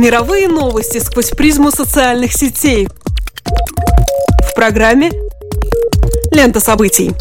Мировые новости сквозь призму социальных сетей. В программе «Лента событий».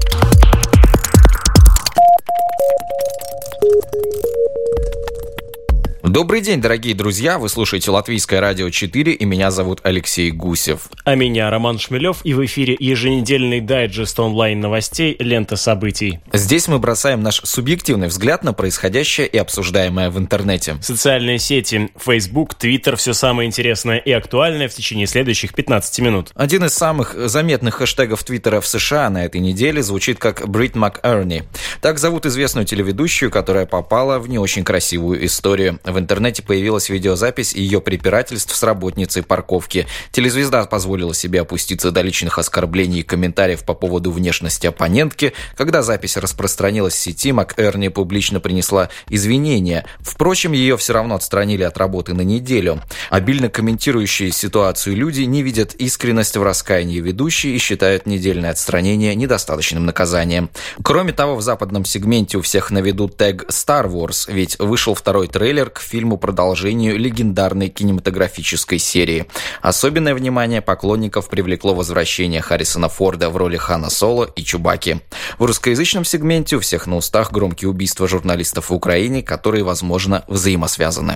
Добрый день, дорогие друзья! Вы слушаете Латвийское радио 4, и меня зовут Алексей Гусев. А меня Роман Шмелев, и в эфире еженедельный дайджест онлайн-новостей «Лента событий». Здесь мы бросаем наш субъективный взгляд на происходящее и обсуждаемое в интернете. Социальные сети, Facebook, Twitter, все самое интересное и актуальное в течение следующих 15 минут. Один из самых заметных хэштегов Твиттера в США на этой неделе звучит как «Брит МакЭрни». Так зовут известную телеведущую, которая попала в не очень красивую историю. В интернете появилась видеозапись ее препирательств с работницей парковки. Телезвезда позволила себе опуститься до личных оскорблений и комментариев по поводу внешности оппонентки. Когда запись распространилась в сети, МакЭрни публично принесла извинения. Впрочем, ее все равно отстранили от работы на неделю. Обильно комментирующие ситуацию люди не видят искренность в раскаянии ведущей и считают недельное отстранение недостаточным наказанием. Кроме того, в западном сегменте у всех на виду тег Star Wars, ведь вышел второй трейлер к фильму продолжению легендарной кинематографической серии. Особенное внимание поклонников привлекло возвращение Харрисона Форда в роли Хана Соло и Чубаки. В русскоязычном сегменте у всех на устах громкие убийства журналистов в Украине, которые, возможно, взаимосвязаны.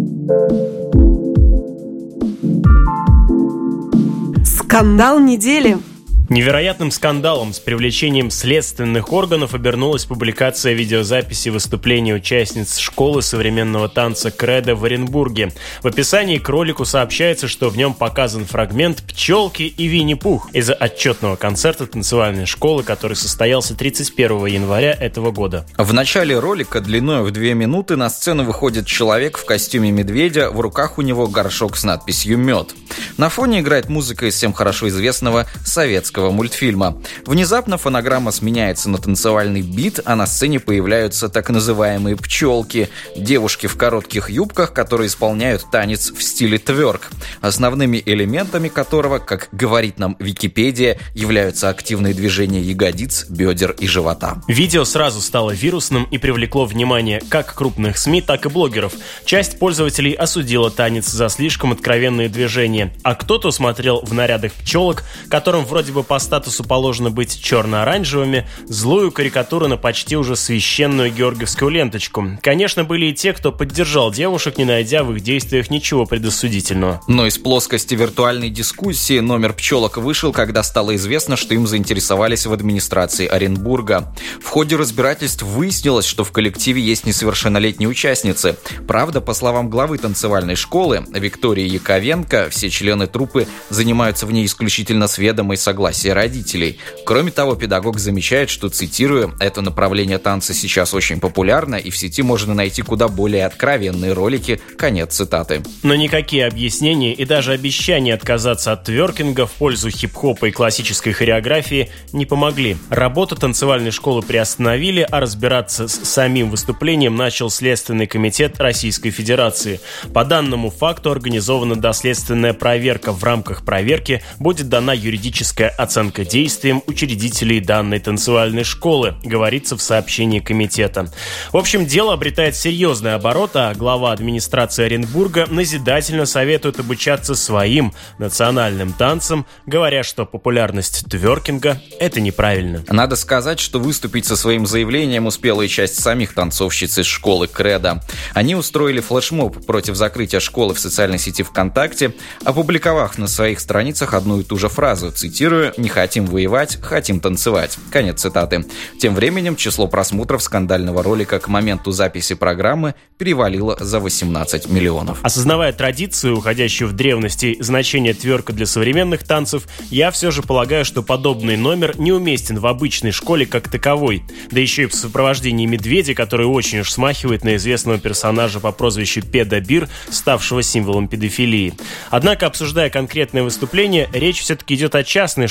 Скандал недели. Невероятным скандалом с привлечением следственных органов обернулась публикация видеозаписи выступления участниц школы современного танца «Кредо» в Оренбурге. В описании к ролику сообщается, что в нем показан фрагмент «Пчелки и Винни-Пух» из-за отчетного концерта танцевальной школы, который состоялся 31 января этого года. В начале ролика длиной в 2 минуты на сцену выходит человек в костюме медведя, в руках у него горшок с надписью «Мед». На фоне играет музыка из всем хорошо известного советского мультфильма. Внезапно фонограмма сменяется на танцевальный бит, а на сцене появляются так называемые пчелки, девушки в коротких юбках, которые исполняют танец в стиле тверк, основными элементами которого, как говорит нам Википедия, являются активные движения ягодиц, бедер и живота. Видео сразу стало вирусным и привлекло внимание как крупных СМИ, так и блогеров. Часть пользователей осудила танец за слишком откровенные движения, а кто-то смотрел в нарядах пчелок, которым вроде бы по статусу положено быть черно-оранжевыми, злую карикатуру на почти уже священную георгиевскую ленточку. Конечно, были и те, кто поддержал девушек, не найдя в их действиях ничего предосудительного. Но из плоскости виртуальной дискуссии номер пчелок вышел, когда стало известно, что им заинтересовались в администрации Оренбурга. В ходе разбирательств выяснилось, что в коллективе есть несовершеннолетние участницы. Правда, по словам главы танцевальной школы Виктории Яковенко, все члены труппы занимаются в ней исключительно с ведома и согласия родителей. Кроме того, педагог замечает, что, цитирую, «это направление танца сейчас очень популярно, и в сети можно найти куда более откровенные ролики». Конец цитаты. Но никакие объяснения и даже обещания отказаться от тверкинга в пользу хип-хопа и классической хореографии не помогли. Работу танцевальной школы приостановили, а разбираться с самим выступлением начал Следственный комитет Российской Федерации. По данному факту организована доследственная проверка. В рамках проверки будет дана юридическая оценка действиям учредителей данной танцевальной школы, говорится в сообщении комитета. В общем, дело обретает серьезный оборот, а глава администрации Оренбурга назидательно советует обучаться своим национальным танцам, говоря, что популярность тверкинга – это неправильно. Надо сказать, что выступить со своим заявлением успела и часть самих танцовщиц из школы «Кредо». Они устроили флешмоб против закрытия школы в социальной сети ВКонтакте, опубликовав на своих страницах одну и ту же фразу, цитирую, «Не хотим воевать, хотим танцевать». Конец цитаты. Тем временем число просмотров скандального ролика к моменту записи программы перевалило за 18 миллионов. Осознавая традицию, уходящую в древности, значение тверка для современных танцев, я все же полагаю, что подобный номер неуместен в обычной школе как таковой. Да еще и в сопровождении медведя, который очень уж смахивает на известного персонажа по прозвищу Педобир, ставшего символом педофилии. Однако, обсуждая конкретное выступление, речь все-таки идет о частной школе,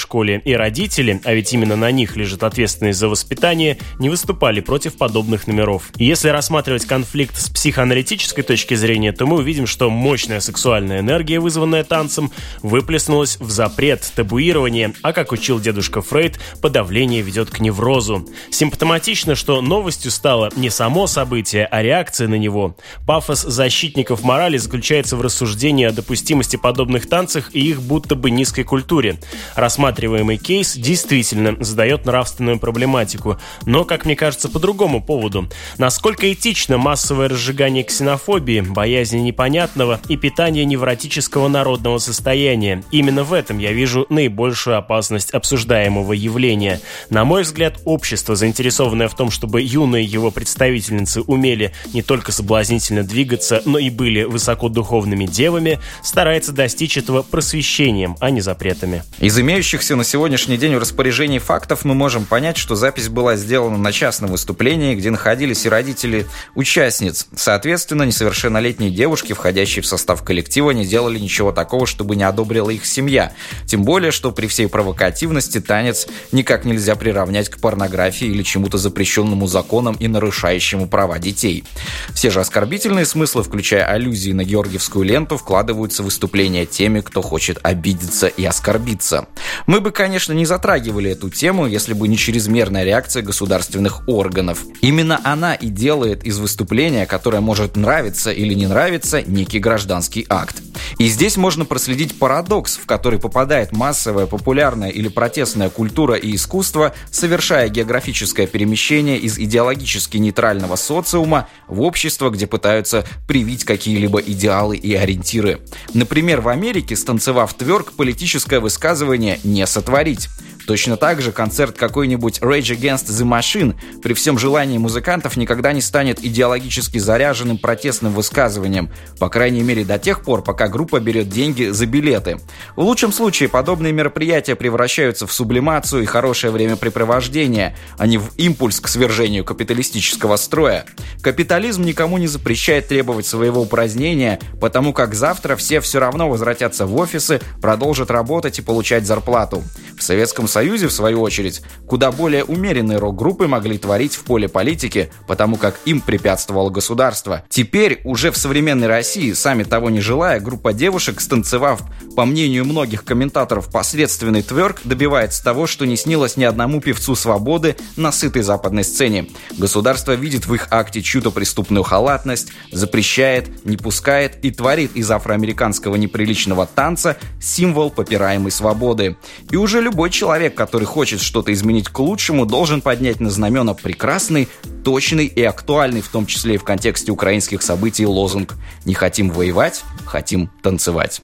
школе, и родители, а ведь именно на них лежит ответственность за воспитание, не выступали против подобных номеров. И если рассматривать конфликт с психоаналитической точки зрения, то мы увидим, что мощная сексуальная энергия, вызванная танцем, выплеснулась в запрет, табуирование, а, как учил дедушка Фрейд, подавление ведет к неврозу. Симптоматично, что новостью стало не само событие, а реакция на него. Пафос защитников морали заключается в рассуждении о допустимости подобных танцах и их будто бы низкой культуре. Рассматриваемый кейс действительно задает нравственную проблематику, но, как мне кажется, по другому поводу. Насколько этично массовое разжигание ксенофобии, боязни непонятного и питание невротического народного состояния? Именно в этом я вижу наибольшую опасность обсуждаемого явления. На мой взгляд, общество, заинтересованное в том, чтобы юные его представительницы умели не только соблазнительно двигаться, но и были высокодуховными девами, старается достичь этого просвещением, а не запретами. Из имеющихся на сегодняшний день в распоряжении фактов мы можем понять, что запись была сделана на частном выступлении, где находились и родители участниц. Соответственно, несовершеннолетние девушки, входящие в состав коллектива, не делали ничего такого, чтобы не одобрила их семья. Тем более, что при всей провокативности танец никак нельзя приравнять к порнографии или чему-то запрещенному законом и нарушающему права детей. Все же оскорбительные смыслы, включая аллюзии на георгиевскую ленту, вкладываются в выступления теми, кто хочет обидеться и оскорбиться. Мы бы, конечно, не затрагивали эту тему, если бы не чрезмерная реакция государственных органов. Именно она и делает из выступления, которое может нравиться или не нравиться, некий гражданский акт. И здесь можно проследить парадокс, в который попадает массовая, популярная или протестная культура и искусство, совершая географическое перемещение из идеологически нейтрального социума в общество, где пытаются привить какие-либо идеалы и ориентиры. Например, в Америке, станцевав тверк, политическое высказывание не сотворить. Точно так же концерт какой-нибудь Rage Against the Machine при всем желании музыкантов никогда не станет идеологически заряженным протестным высказыванием, по крайней мере до тех пор, пока группа берет деньги за билеты. В лучшем случае подобные мероприятия превращаются в сублимацию и хорошее времяпрепровождение, а не в импульс к свержению капиталистического строя. Капитализм никому не запрещает требовать своего упразднения, потому как завтра все равно возвратятся в офисы, продолжат работать и получать зарплату. В Советском Союзе, в свою очередь, куда более умеренные рок-группы могли творить в поле политики, потому как им препятствовало государство. Теперь, уже в современной России, сами того не желая, группа девушек, станцевав, по мнению многих комментаторов, посредственный тверк, добивается того, что не снилось ни одному певцу свободы на сытой западной сцене. Государство видит в их акте чью-то преступную халатность, запрещает, не пускает и творит из афроамериканского неприличного танца символ попираемой свободы. И уже любой человек, который хочет что-то изменить к лучшему, должен поднять на знамена прекрасный, точный и актуальный, в том числе и в контексте украинских событий, лозунг «Не хотим воевать, хотим танцевать».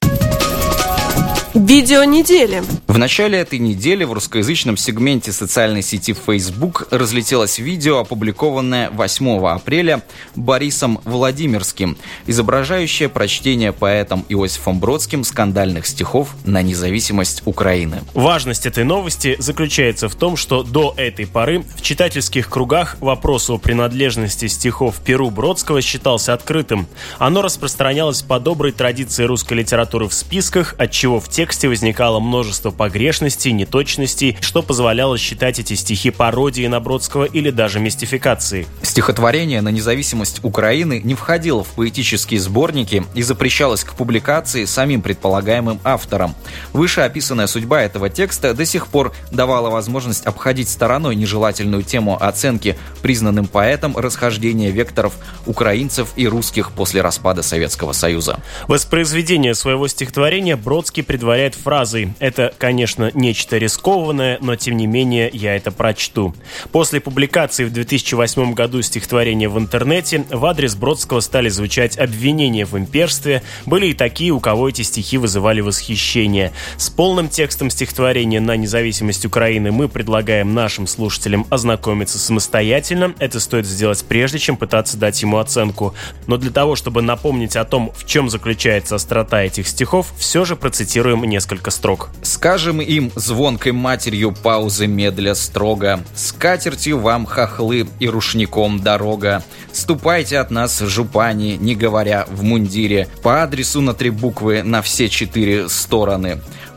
Видео недели. В начале этой недели в русскоязычном сегменте социальной сети Facebook разлетелось видео, опубликованное 8 апреля Борисом Владимирским, изображающее прочтение поэтом Иосифом Бродским скандальных стихов на независимость Украины. Важность этой новости заключается в том, что до этой поры в читательских кругах вопрос о принадлежности стихов перу Бродского считался открытым. Оно распространялось по доброй традиции русской литературы в списках, отчего в тексте возникало множество погрешностей, неточностей, что позволяло считать эти стихи пародией на Бродского или даже мистификацией. Стихотворение на независимость Украины не входило в поэтические сборники и запрещалось к публикации самим предполагаемым автором. Вышеописанная судьба этого текста до сих пор давала возможность обходить стороной нежелательную тему оценки признанным поэтом расхождения векторов украинцев и русских после распада Советского Союза. Воспроизведение своего стихотворения Бродский предваряет фразой: «Это, конечно, нечто рискованное, но тем не менее я это прочту». После публикации в 2008 году стихотворения в интернете в адрес Бродского стали звучать обвинения в имперстве, были и такие, у кого эти стихи вызывали восхищение. С полным текстом стихотворения на независимость Украины мы предлагаем нашим слушателям ознакомиться самостоятельно. Это стоит сделать прежде, чем пытаться дать ему оценку. Но для того, чтобы напомнить о том, в чем заключается острота этих стихов, все же процитируем несколько строк. «Скажем им звонкой матерью паузы медля строго, скатертью вам хохлы и рушником дорога. Ступайте от нас, жупани, не говоря в мундире, по адресу на 3 буквы на все 4 стороны.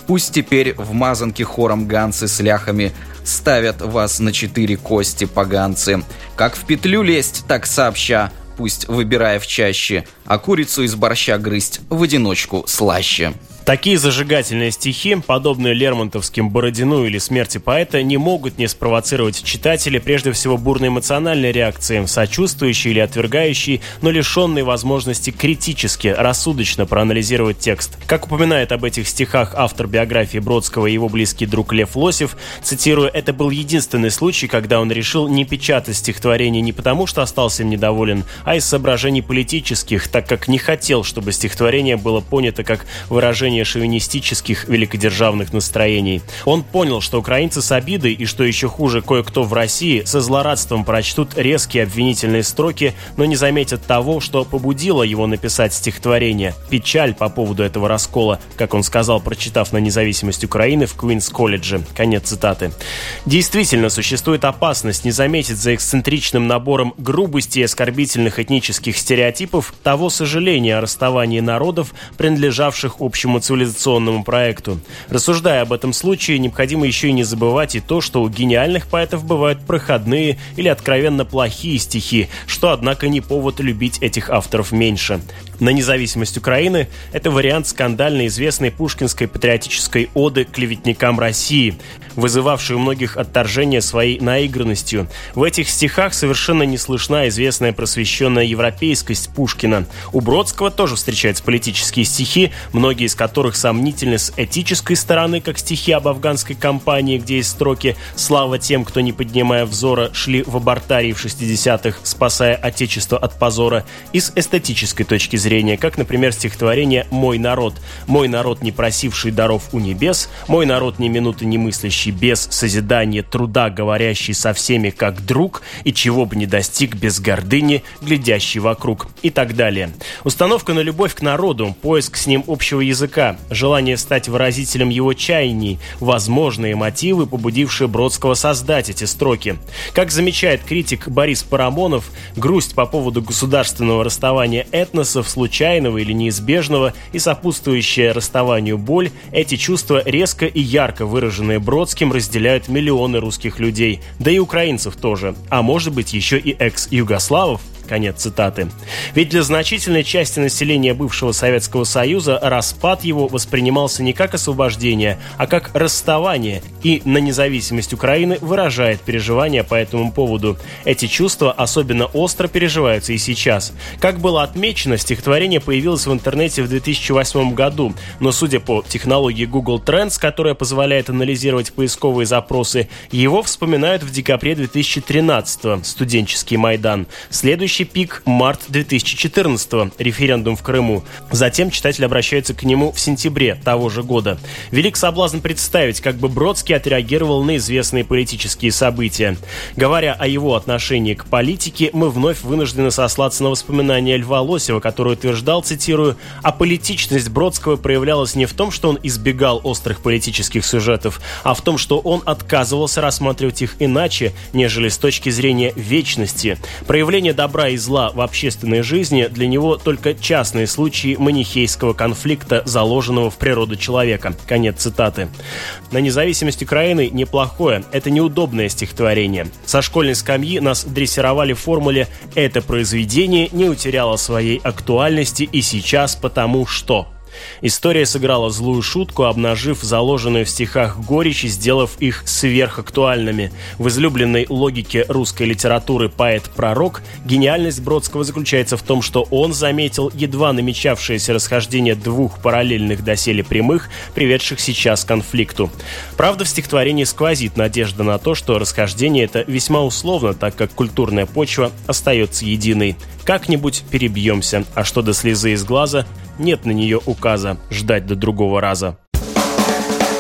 Пусть теперь в мазанке хором ганцы с ляхами ставят вас на 4 кости, поганцы. Как в петлю лезть, так сообща, пусть выбирая в чаще, а курицу из борща грызть в одиночку слаще. Такие зажигательные стихи, подобные лермонтовским «Бородину» или «Смерти поэта», не могут не спровоцировать в читателе прежде всего бурной эмоциональной реакции, сочувствующей или отвергающей, но лишенной возможности критически, рассудочно проанализировать текст. Как упоминает об этих стихах автор биографии Бродского и его близкий друг Лев Лосев, цитирую, «это был единственный случай, когда он решил не печатать стихотворение не потому, что остался им недоволен, а из соображений политических, так как не хотел, чтобы стихотворение было понято как выражение шовинистических великодержавных настроений. Он понял, что украинцы с обидой и, что еще хуже, кое-кто в России со злорадством прочтут резкие обвинительные строки, но не заметят того, что побудило его написать стихотворение. Печаль по поводу этого раскола, как он сказал, прочитав на независимость Украины в Квинс-колледже». Конец цитаты. Действительно, существует опасность не заметить за эксцентричным набором грубости и оскорбительных этнических стереотипов того сожаления о расставании народов, принадлежавших общему цивилизационному проекту. Рассуждая об этом случае, необходимо еще и не забывать и то, что у гениальных поэтов бывают проходные или откровенно плохие стихи, что, однако, не повод любить этих авторов меньше. «На независимость Украины» — это вариант скандально известной пушкинской патриотической оды клеветникам России, вызывавшей у многих отторжение своей наигранностью. В этих стихах совершенно не слышна известная просвещенная европейскость Пушкина. У Бродского тоже встречаются политические стихи, многие из которых сомнительны с этической стороны, как стихи об афганской кампании, где есть строки «Слава тем, кто, не поднимая взора, шли в абортарии в 60-х, спасая отечество от позора», и с эстетической точки зрения, как, например, стихотворение «Мой народ». «Мой народ, не просивший даров у небес, мой народ, ни минуты не мыслящий без созидания труда, говорящий со всеми как друг, и чего бы не достиг без гордыни, глядящий вокруг», и так далее. Установка на любовь к народу, поиск с ним общего языка, желание стать выразителем его чаяний, возможные мотивы, побудившие Бродского создать эти строки. Как замечает критик Борис Парамонов, грусть по поводу государственного расставания этносов, случайного или неизбежного, и сопутствующая расставанию боль, эти чувства, резко и ярко выраженные Бродским, разделяют миллионы русских людей, да и украинцев тоже, а может быть еще и экс-югославов. Конец цитаты. Ведь для значительной части населения бывшего Советского Союза распад его воспринимался не как освобождение, а как расставание, и «На независимость Украины» выражает переживания по этому поводу. Эти чувства особенно остро переживаются и сейчас. Как было отмечено, стихотворение появилось в интернете в 2008 году, но, судя по технологии Google Trends, которая позволяет анализировать поисковые запросы, его вспоминают в декабре 2013-го, студенческий Майдан. Следующий пик – март 2014-го, референдум в Крыму. Затем читатель обращается к нему в сентябре того же года. Велик соблазн представить, как бы Бродский отреагировал на известные политические события. Говоря о его отношении к политике, мы вновь вынуждены сослаться на воспоминания Льва Лосева, который утверждал, цитирую, «Аполитичность Бродского проявлялась не в том, что он избегал острых политических сюжетов, а в том, что он отказывался рассматривать их иначе, нежели с точки зрения вечности. Проявление добра и зла в общественной жизни для него только частные случаи манихейского конфликта, заложенного в природу человека». Конец цитаты. «На независимость Украины» неплохое, это неудобное стихотворение. Со школьной скамьи нас дрессировали в формуле «это произведение не утеряло своей актуальности и сейчас потому что». История сыграла злую шутку, обнажив заложенную в стихах горечь и сделав их сверхактуальными. В излюбленной логике русской литературы «поэт-пророк» гениальность Бродского заключается в том, что он заметил едва намечавшееся расхождение двух параллельных доселе прямых, приведших сейчас к конфликту. Правда, в стихотворении сквозит надежда на то, что расхождение это весьма условно, так как культурная почва остается единой. Как-нибудь перебьемся, а что до слезы из глаза, нет на нее указа ждать до другого раза.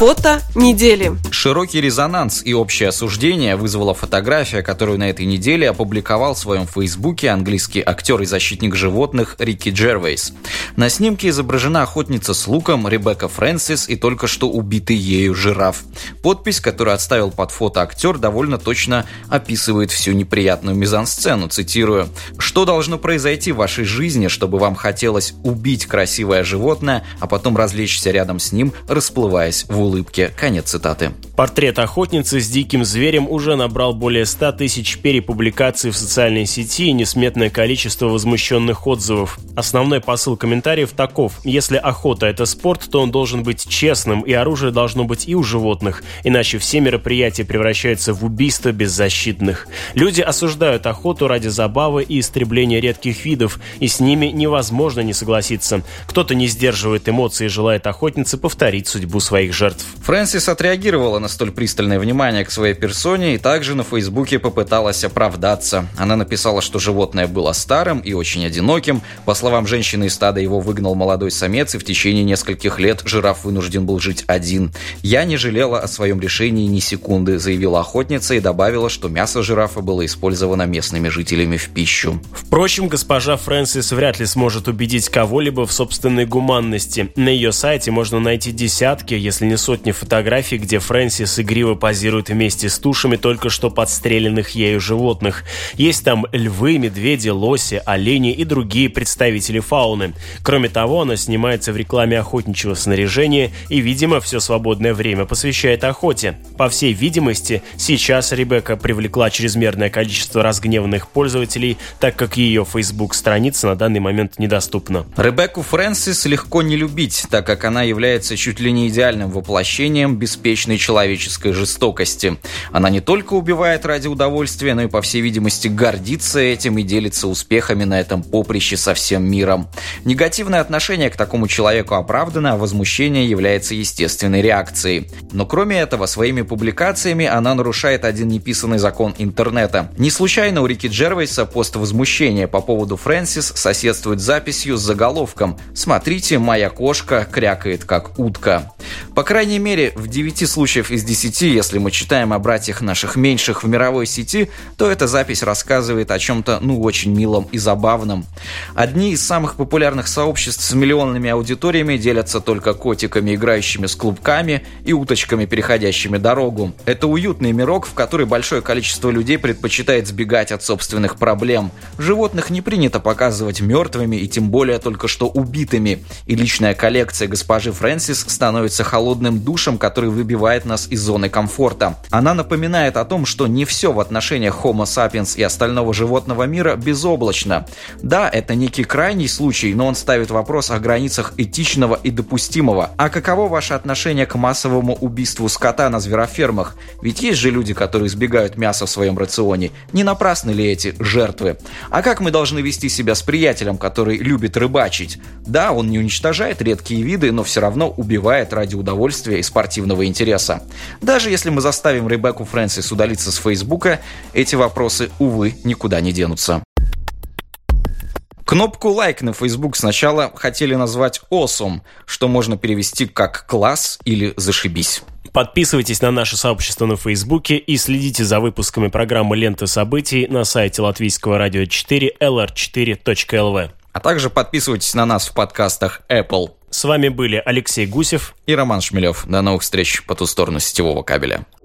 Фото недели. Широкий резонанс и общее осуждение вызвала фотография, которую на этой неделе опубликовал в своем фейсбуке английский актер и защитник животных Рики Джервейс. На снимке изображена охотница с луком Ребекка Фрэнсис и только что убитый ею жираф. Подпись, которую отставил под фото актер, довольно точно описывает всю неприятную мизансцену. Цитирую: «Что должно произойти в вашей жизни, чтобы вам хотелось убить красивое животное, а потом развлечься рядом с ним, расплываясь в улыбке?» Конец цитаты. Портрет охотницы с диким зверем уже набрал более 100 тысяч перепубликаций в социальной сети и несметное количество возмущенных отзывов. Основной посыл комментариев таков: если охота – это спорт, то он должен быть честным, и оружие должно быть и у животных, иначе все мероприятия превращаются в убийство беззащитных. Люди осуждают охоту ради забавы и истребления редких видов, и с ними невозможно не согласиться. Кто-то не сдерживает эмоции и желает охотнице повторить судьбу своих жертв. Фрэнсис отреагировала на столь пристальное внимание к своей персоне и также на Фейсбуке попыталась оправдаться. Она написала, что животное было старым и очень одиноким. По словам женщины, из стада его выгнал молодой самец, и в течение нескольких лет жираф вынужден был жить один. «Я не жалела о своем решении ни секунды», — заявила охотница и добавила, что мясо жирафа было использовано местными жителями в пищу. Впрочем, госпожа Фрэнсис вряд ли сможет убедить кого-либо в собственной гуманности. На ее сайте можно найти десятки, если не сотни фотографий, где Фрэнсис игриво позирует вместе с тушами только что подстреленных ею животных. Есть там львы, медведи, лоси, олени и другие представители фауны. Кроме того, она снимается в рекламе охотничьего снаряжения и, видимо, все свободное время посвящает охоте. По всей видимости, сейчас Ребекка привлекла чрезмерное количество разгневанных пользователей, так как ее Facebook-страница на данный момент недоступна. Ребекку Фрэнсис легко не любить, так как она является чуть ли не идеальным воплощением беспечной человеческой жестокости. Она не только убивает ради удовольствия, но и, по всей видимости, гордится этим и делится успехами на этом поприще со всем миром. Негативное отношение к такому человеку оправдано, а возмущение является естественной реакцией. Но кроме этого, своими публикациями она нарушает один неписанный закон интернета. Не случайно у Рики Джервейса пост возмущения по поводу Фрэнсис соседствует с записью с заголовком «Смотрите, моя кошка крякает как утка». По крайней мере, в 9 случаев из 10, если мы читаем о братьях наших меньших в мировой сети, то эта запись рассказывает о чем-то, очень милом и забавном. Одни из самых популярных сообществ с миллионными аудиториями делятся только котиками, играющими с клубками, и уточками, переходящими дорогу. Это уютный мирок, в который большое количество людей предпочитает сбегать от собственных проблем. Животных не принято показывать мертвыми и тем более только что убитыми. И личная коллекция госпожи Фрэнсис становится холодным душем, который выбивает нас из зоны комфорта. Она напоминает о том, что не все в отношениях Homo sapiens и остального животного мира безоблачно. Да, это некий крайний случай, но он ставит вопрос о границах этичного и допустимого. А каково ваше отношение к массовому убийству скота на зверофермах? Ведь есть же люди, которые избегают мяса в своем рационе. Не напрасны ли эти жертвы? А как мы должны вести себя с приятелем, который любит рыбачить? Да, он не уничтожает редкие виды, но все равно убивает ради удовольствия и спортивного интереса. Даже если мы заставим Ребекку Фрэнсис удалиться с Фейсбука, эти вопросы, увы, никуда не денутся. Кнопку «Лайк» на Facebook сначала хотели назвать «Awesome», что можно перевести как «класс» или «зашибись». Подписывайтесь на наше сообщество на Фейсбуке и следите за выпусками программы «Лента событий» на сайте Латвийского радио 4 lr4.lv. А также подписывайтесь на нас в подкастах Apple. С вами были Алексей Гусев и Роман Шмелев. До новых встреч по ту сторону сетевого кабеля.